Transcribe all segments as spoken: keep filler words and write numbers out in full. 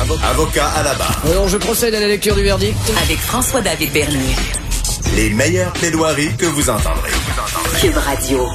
Avocat à la barre. Alors, je procède à la lecture du verdict. Avec François-David Bernier. Les meilleures plaidoiries que vous entendrez. Cube Radio.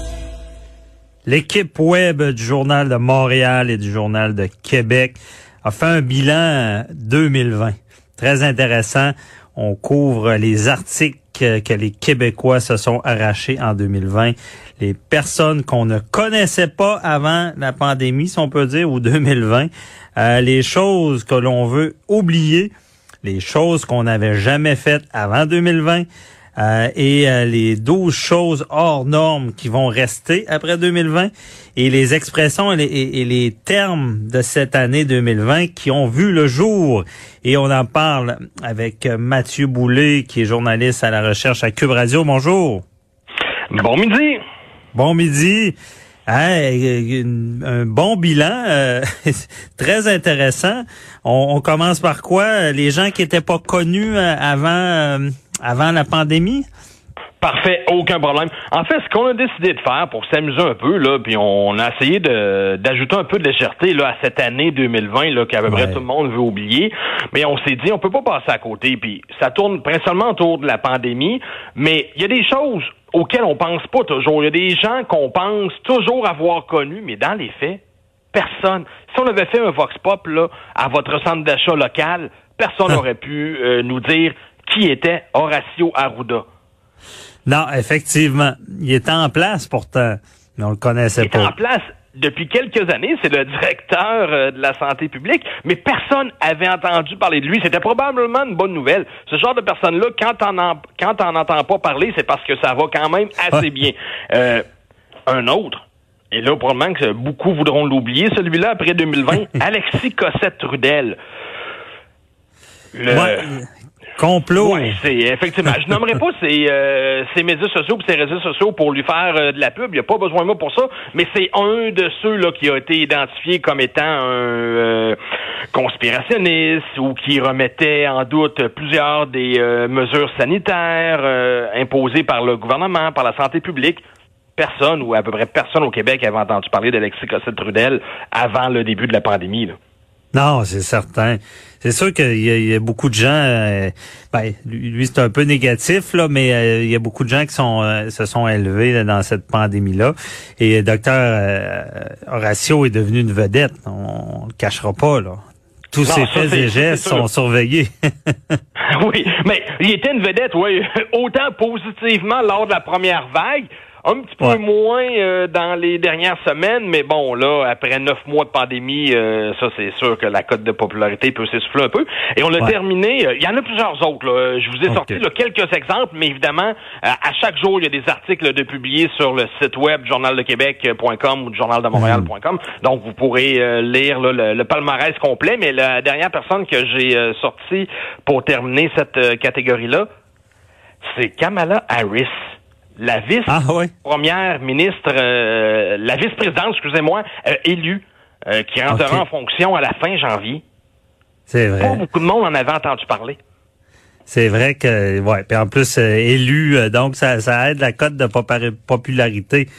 L'équipe web du Journal de Montréal et du Journal de Québec a fait un bilan deux mille vingt. Très intéressant. On couvre les articles que les Québécois se sont arrachés en deux mille vingt. Les personnes qu'on ne connaissait pas avant la pandémie, si on peut dire, ou deux mille vingt. Euh, les choses que l'on veut oublier. Les choses qu'on n'avait jamais faites avant deux mille vingt. Euh, et euh, les douze choses hors normes qui vont rester après deux mille vingt et les expressions et les, et, et les termes de cette année deux mille vingt qui ont vu le jour. Et on en parle avec Mathieu Boulay, qui est journaliste à la recherche à Cube Radio. Bonjour. Bon midi. Bon midi. Hey, un bon bilan, euh, très intéressant. On, on commence par quoi? Les gens qui étaient pas connus avant... Euh, avant la pandémie? Parfait, aucun problème. En fait, ce qu'on a décidé de faire pour s'amuser un peu, là, puis on a essayé de d'ajouter un peu de légèreté là à cette année deux mille vingt là qu'à peu près ouais. tout le monde veut oublier, mais on s'est dit on peut pas passer à côté. Puis ça tourne principalement autour de la pandémie, mais il y a des choses auxquelles on pense pas toujours. Il y a des gens qu'on pense toujours avoir connus, mais dans les faits, personne. Si on avait fait un vox pop là à votre centre d'achat local, personne n'aurait pu euh, nous dire qui était Horacio Arruda. Non, effectivement. Il était en place pourtant, mais on le connaissait il pas. Il était en place depuis quelques années. C'est le directeur euh, de la santé publique, mais personne avait entendu parler de lui. C'était probablement une bonne nouvelle. Ce genre de personne-là, quand on en, quand on n'entend pas parler, c'est parce que ça va quand même assez bien. Euh, un autre, et là, probablement que beaucoup voudront l'oublier, celui-là, après deux mille vingt, Alexis Cossette-Trudel. Le... Ouais. Complot. Oui, c'est effectivement. Je nommerai pas ses, euh, ses médias sociaux et ses réseaux sociaux pour lui faire euh, de la pub. Il n'y a pas besoin de moi pour ça. Mais c'est un de ceux là qui a été identifié comme étant un euh, conspirationniste ou qui remettait en doute plusieurs des euh, mesures sanitaires euh, imposées par le gouvernement, par la santé publique. Personne ou à peu près personne au Québec avait entendu parler d'Alexis Cossette-Trudel avant le début de la pandémie, là. Non, c'est certain. C'est sûr qu'il y, y a beaucoup de gens, euh, ben lui, lui c'est un peu négatif là, mais euh, il y a beaucoup de gens qui sont euh, se sont élevés là, dans cette pandémie-là. Et docteur euh, Horacio est devenu une vedette. On, on le cachera pas là. Tous non, ses ça, faits et gestes sont surveillés. Oui, mais il était une vedette, oui, autant positivement lors de la première vague. Un petit peu ouais. moins euh, dans les dernières semaines, mais bon, là, après neuf mois de pandémie, euh, ça, c'est sûr que la cote de popularité peut s'essouffler un peu. Et on a ouais. terminé, il euh, y en a plusieurs autres, là. Je vous ai okay. sorti là, quelques exemples, mais évidemment, euh, à chaque jour, il y a des articles là, de publiés sur le site web journal de québec point com ou journal de montréal point com. Mmh. Donc, vous pourrez euh, lire là, le, le palmarès complet, mais la dernière personne que j'ai euh, sortie pour terminer cette euh, catégorie-là, c'est Kamala Harris. La vice ah, ouais. première ministre, euh, la vice-présidente, excusez-moi, euh, élue, euh, qui rentrera okay. en fonction à la fin janvier. C'est vrai. Pas beaucoup de monde en avait entendu parler. C'est vrai que, ouais, puis en plus, euh, élu, euh, donc ça, ça aide la cote de popularité.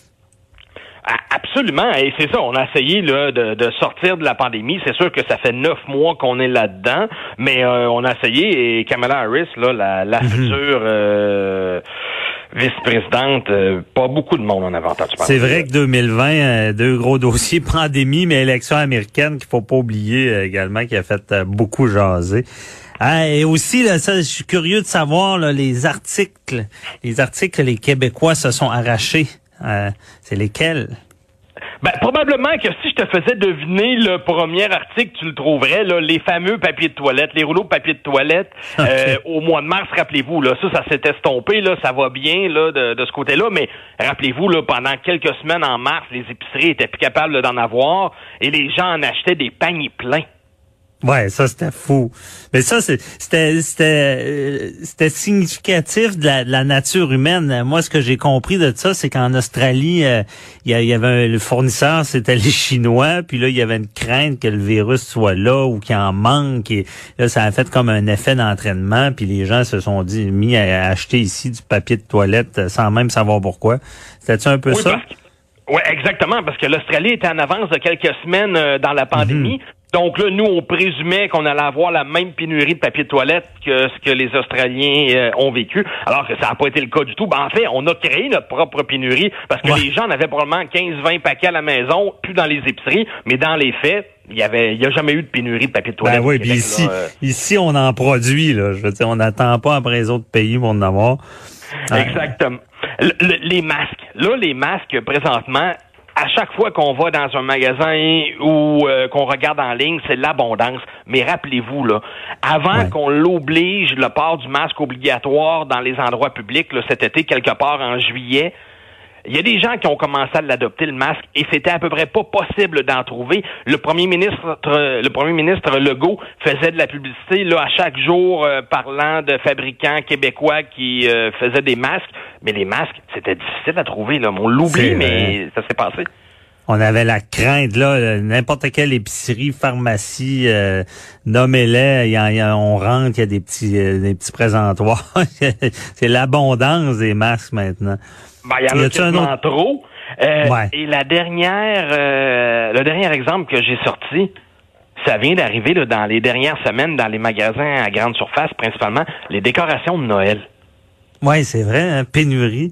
Absolument, et c'est ça, on a essayé là de, de sortir de la pandémie. C'est sûr que ça fait neuf mois qu'on est là-dedans, mais euh, on a essayé, et Kamala Harris, là, la, la mm-hmm. future euh, vice-présidente, euh, pas beaucoup de monde en avait entendu parler. C'est vrai que deux mille vingt, euh, deux gros dossiers, pandémie, mais élection américaine, qu'il faut pas oublier euh, également, qui a fait euh, beaucoup jaser. Ah, et aussi, là, ça, je suis curieux de savoir là, les articles, les articles que les Québécois se sont arrachés. Euh, c'est lesquels? Ben, probablement que si je te faisais deviner le premier article, tu le trouverais, là, les fameux papiers de toilette, les rouleaux de papier de toilette, okay. euh, au mois de mars, rappelez-vous, là, ça, ça s'est estompé, là, ça va bien, là, de, de ce côté-là, mais rappelez-vous, là, pendant quelques semaines en mars, les épiceries étaient plus capables là, d'en avoir, et les gens en achetaient des paniers pleins. Ouais, ça c'était fou. Mais ça c'est, c'était c'était c'était significatif de la, de la nature humaine. Moi, ce que j'ai compris de ça, c'est qu'en Australie, il euh, y, y avait un, le fournisseur, c'était les Chinois, puis là il y avait une crainte que le virus soit là ou qu'il en manque. Et là, ça a fait comme un effet d'entraînement, puis les gens se sont dit mis à acheter ici du papier de toilette sans même savoir pourquoi. C'était-tu un peu oui, ça? Oui, exactement, parce que l'Australie était en avance de quelques semaines euh, dans la pandémie. Mm-hmm. Donc là, nous, on présumait qu'on allait avoir la même pénurie de papier de toilette que ce que les Australiens euh, ont vécu, alors que ça n'a pas été le cas du tout. Ben, en fait, on a créé notre propre pénurie parce que ouais. les gens en avaient probablement quinze vingt paquets à la maison, plus dans les épiceries, mais dans les faits, il y avait, il y a jamais eu de pénurie de papier de toilette. Ben oui, puis ici, là, euh... ici, on en produit, là. Je veux dire, on n'attend pas après les autres pays pour en avoir. Exactement. Le, le, les masques. Là, les masques, présentement, à chaque fois qu'on va dans un magasin ou euh, qu'on regarde en ligne, c'est l'abondance. Mais rappelez-vous, là, avant ouais. qu'on l'oblige, le port du masque obligatoire dans les endroits publics, là, cet été, quelque part en juillet, il y a des gens qui ont commencé à l'adopter, le masque, et c'était à peu près pas possible d'en trouver. Le premier ministre, le premier ministre Legault faisait de la publicité là à chaque jour, euh, parlant de fabricants québécois qui euh, faisaient des masques. Mais les masques, c'était difficile à trouver. Là. On l'oublie, mais ça s'est passé. On avait la crainte, là, n'importe quelle épicerie, pharmacie, euh, nommez-les, y a, y a, on rentre, il y a des petits, euh, des petits présentoirs. C'est l'abondance des masques maintenant. Ben, il y en a tellement autre... trop. Euh, ouais. Et la dernière, euh, le dernier exemple que j'ai sorti, ça vient d'arriver là, dans les dernières semaines dans les magasins à grande surface, principalement les décorations de Noël. Oui, c'est vrai, hein, pénurie.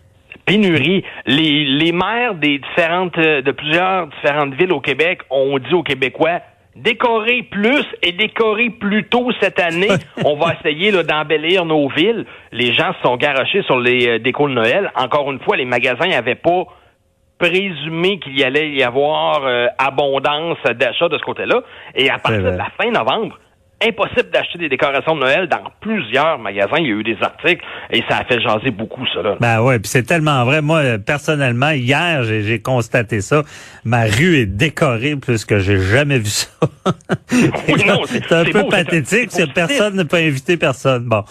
Pénurie. Les, les maires des différentes, de plusieurs différentes villes au Québec ont dit aux Québécois, décorer plus et décorer plus tôt cette année. On va essayer là, d'embellir nos villes. Les gens se sont garochés sur les euh, décos de Noël. Encore une fois, les magasins n'avaient pas présumé qu'il y allait y avoir euh, abondance d'achats de ce côté-là. Et à partir de la fin novembre, impossible d'acheter des décorations de Noël dans plusieurs magasins. Il y a eu des articles et ça a fait jaser beaucoup, ça. Là. Ben ouais, puis c'est tellement vrai. Moi, personnellement, hier, j'ai, j'ai constaté ça. Ma rue est décorée plus que j'ai jamais vu ça. Oui, non, c'est, c'est un c'est peu beau, pathétique, c'est parce que personne ne peut inviter personne. Bon.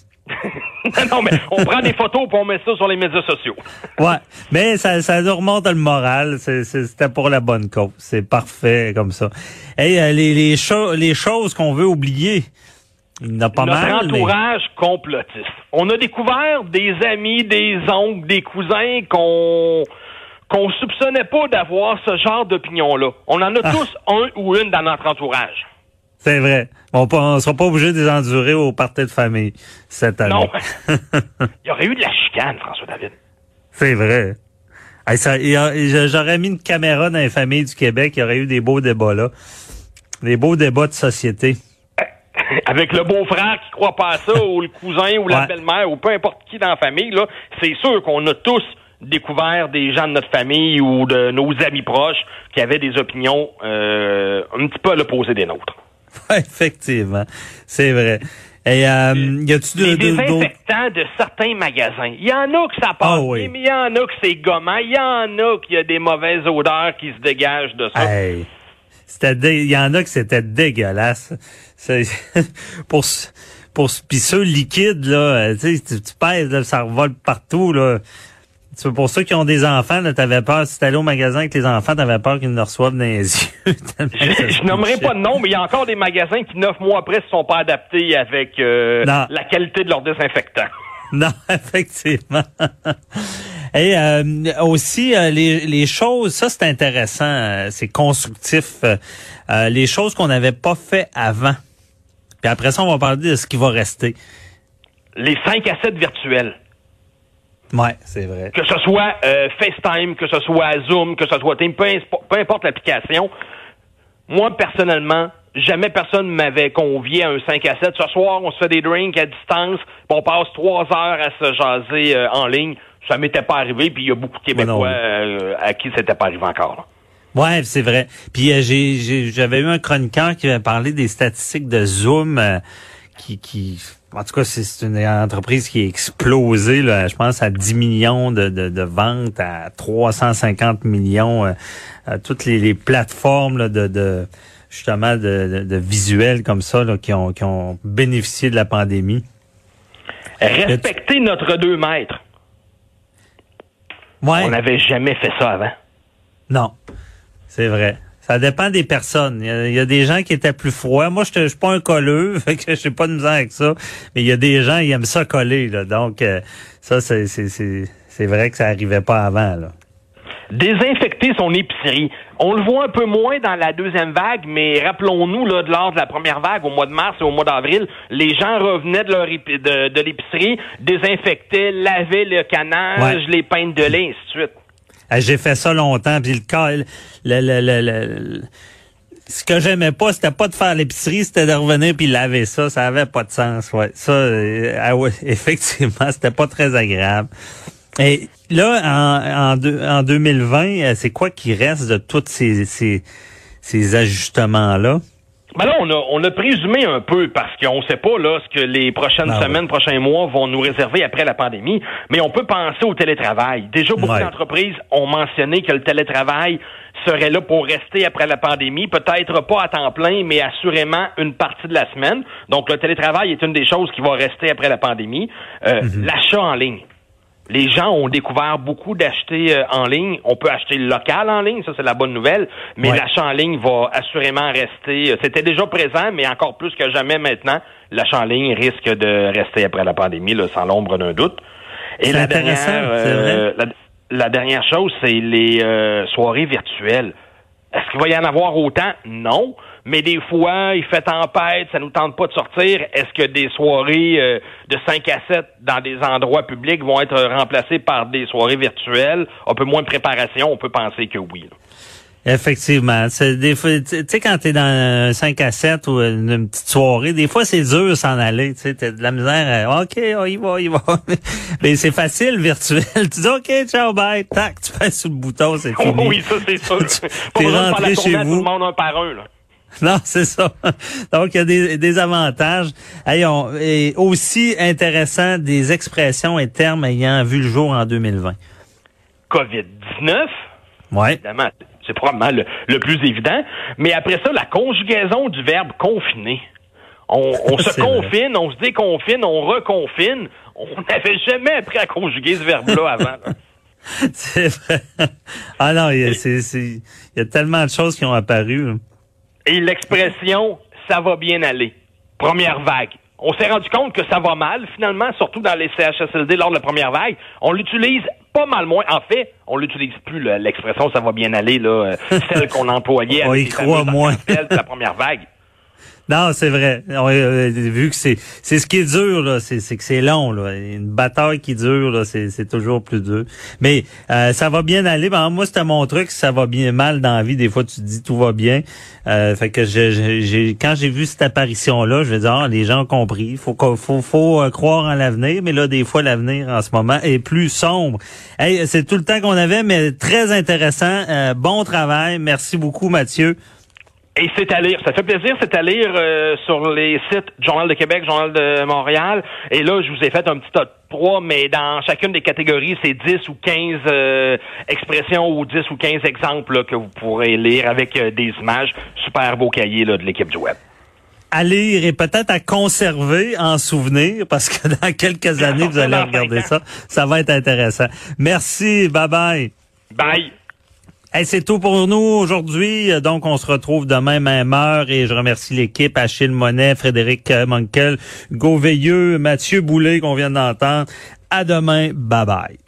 non, mais on prend des photos pour on met ça sur les médias sociaux. Ouais, mais ça, ça nous remonte le moral. C'est, c'est, c'était pour la bonne cause. C'est parfait comme ça. Hey, les, les, cho- les choses qu'on veut oublier, il y en a pas Notre mal. Notre entourage mais... complotiste. On a découvert des amis, des oncles, des cousins qu'on qu'on soupçonnait pas d'avoir ce genre d'opinion-là. On en a ah. tous un ou une dans notre entourage. C'est vrai. On ne sera pas obligé de les endurer au party de famille cette année. Non. Il y aurait eu de la chicane, François-David. C'est vrai. Hey, ça, y a, j'aurais mis une caméra dans les familles du Québec, il y aurait eu des beaux débats là. Des beaux débats de société. Avec le beau-frère qui croit pas à ça, ou le cousin, ou la ouais. belle-mère, ou peu importe qui dans la famille, là, c'est sûr qu'on a tous découvert des gens de notre famille ou de nos amis proches qui avaient des opinions euh, un petit peu à l'opposé des nôtres. Effectivement, c'est vrai. Et euh, y a-tu de, les de, désinfectants de, de certains magasins. Il y en a que ça passe oh, oui. bien, mais il y en a que c'est gommant. Il y en a qu'il y a des mauvaises odeurs qui se dégagent de ça. Hey, c'était dé... il y en a que c'était dégueulasse. C'est... pour pour puis ceux liquides là, tu sais, tu, tu pèses là, ça revole partout là. C'est pour ceux qui ont des enfants, là, t'avais peur, si t'allais au magasin avec les enfants, t'avais peur qu'ils ne reçoivent dans les yeux. je je nommerai pas de nom, mais il y a encore des magasins qui, neuf mois après, se sont pas adaptés avec euh, la qualité de leur désinfectant. Non, effectivement. Et euh, aussi, euh, les, les choses, ça c'est intéressant, euh, c'est constructif, euh, les choses qu'on n'avait pas fait avant. Puis après ça, on va parler de ce qui va rester. Les cinq à sept virtuels. Ouais, c'est vrai. Que ce soit euh, FaceTime, que ce soit Zoom, que ce soit Teams, peu, peu importe l'application. Moi, personnellement, jamais personne m'avait convié à un cinq à sept. Ce soir, on se fait des drinks à distance, puis on passe trois heures à se jaser euh, en ligne. Ça m'était pas arrivé, puis il y a beaucoup de Québécois euh, à qui c'était pas arrivé encore. Là. Ouais, c'est vrai. Puis euh, j'ai, j'ai j'avais eu un chroniqueur qui avait parlé des statistiques de Zoom euh, qui... qui En tout cas, c'est une entreprise qui est explosée, là, je pense, à dix millions de, de, de ventes, à trois cent cinquante millions, euh, à toutes les, les plateformes là, de, de justement de, de, de visuels comme ça là, qui ont qui ont bénéficié de la pandémie. Respecter tu... notre deux mètres. Ouais. On n'avait jamais fait ça avant. Non, c'est vrai. Ça dépend des personnes. Il y a, il y a des gens qui étaient plus froids. Moi, je suis pas un colleux, fait que j'ai pas de misère avec ça. Mais il y a des gens qui aiment ça coller, là. Donc, euh, ça, c'est, c'est, c'est, c'est vrai que ça arrivait pas avant, là. désinfecter son épicerie. On le voit un peu moins dans la deuxième vague, mais rappelons-nous, là, lors de la première vague, au mois de mars et au mois d'avril, les gens revenaient de leur épi- de, de l'épicerie, désinfectaient, lavaient le canage, ouais. les pintes de lait, ainsi de suite. J'ai fait ça longtemps, puis le cas, le, le, le, le, ce que j'aimais pas, c'était pas de faire l'épicerie, c'était de revenir puis laver ça, ça avait pas de sens, ouais. Ça, euh, ah ouais, effectivement, c'était pas très agréable. Et là, en, en, deux, en deux mille vingt, c'est quoi qui reste de tous ces, ces, ces ajustements-là? Ben là, on a, on a présumé un peu parce qu'on sait pas là ce que les prochaines ah semaines, ouais. prochains mois vont nous réserver après la pandémie, mais on peut penser au télétravail. Déjà, beaucoup ouais. d'entreprises ont mentionné que le télétravail serait là pour rester après la pandémie, peut-être pas à temps plein, mais assurément une partie de la semaine. Donc, le télétravail est une des choses qui va rester après la pandémie. Euh, mm-hmm. L'achat en ligne. Les gens ont découvert beaucoup d'acheter euh, en ligne. On peut acheter local en ligne, ça c'est la bonne nouvelle, mais ouais. l'achat en ligne va assurément rester. C'était déjà présent, mais encore plus que jamais maintenant, l'achat en ligne risque de rester après la pandémie, là, sans l'ombre d'un doute. Et c'est la intéressant, dernière, euh, la, la dernière chose, c'est les euh, soirées virtuelles. Est-ce qu'il va y en avoir autant? Non. Mais des fois, il fait tempête, ça nous tente pas de sortir. Est-ce que des soirées euh, de cinq à sept dans des endroits publics vont être remplacées par des soirées virtuelles? Un peu moins de préparation, on peut penser que oui. Là. Effectivement. C'est des fois, tu sais, quand t'es dans un cinq à sept ou une petite soirée, des fois, c'est dur s'en aller. Tu sais, t'as de la misère. À, OK, on y va, on y va. Mais c'est facile, virtuel. Tu dis, OK, ciao, bye. Tac, tu passes sur le bouton, c'est fini. Oui, ça, c'est sûr. T'es rentré chez vous. Tout le monde un par un, là. Non, c'est ça. Donc, il y a des, des avantages. Hey, on, et aussi intéressant, des expressions et termes ayant vu le jour en deux mille vingt. covid dix-neuf. Ouais. Évidemment, c'est probablement le, le plus évident. Mais après ça, la conjugaison du verbe confiner. On, on se confine, vrai. On se déconfine, on reconfine. On n'avait jamais appris à conjuguer ce verbe-là avant. Là. C'est vrai. Ah non, il y a, c'est, c'est, il y a tellement de choses qui ont apparu. Là. Et l'expression « ça va bien aller », première vague. On s'est rendu compte que ça va mal, finalement, surtout dans les C H S L D lors de la première vague. On l'utilise pas mal moins. En fait, on l'utilise plus, là, l'expression « ça va bien aller », là, celle qu'on employait on y croit moins. De la première vague. Non, c'est vrai. On a vu que c'est c'est ce qui est dur là, c'est c'est que c'est long là, une bataille qui dure là, c'est c'est toujours plus dur. Mais euh, ça va bien aller. Ben, moi c'était mon truc, ça va bien mal dans la vie, des fois tu te dis tout va bien. Euh, fait que j'ai, j'ai quand j'ai vu cette apparition là, je vais dire ah, les gens ont compris, faut faut faut croire en l'avenir, mais là des fois l'avenir en ce moment est plus sombre. Hey, c'est tout le temps qu'on avait, mais très intéressant. Euh, bon travail, merci beaucoup Mathieu. Et c'est à lire, ça fait plaisir, c'est à lire euh, sur les sites Journal de Québec, Journal de Montréal. Et là, je vous ai fait un petit top trois, mais dans chacune des catégories, c'est dix ou quinze euh, expressions ou dix ou quinze exemples là, que vous pourrez lire avec euh, des images. Super beau cahier là, de l'équipe du web. À lire et peut-être à conserver en souvenir, parce que dans quelques années, vous allez regarder ça. Ça va être intéressant. Merci, bye-bye. Bye. Hey, c'est tout pour nous aujourd'hui. Donc, on se retrouve demain, même heure. Et je remercie l'équipe, Achille Monet, Frédéric Monkel, Hugo Veilleux, Mathieu Boulay, qu'on vient d'entendre. À demain. Bye bye.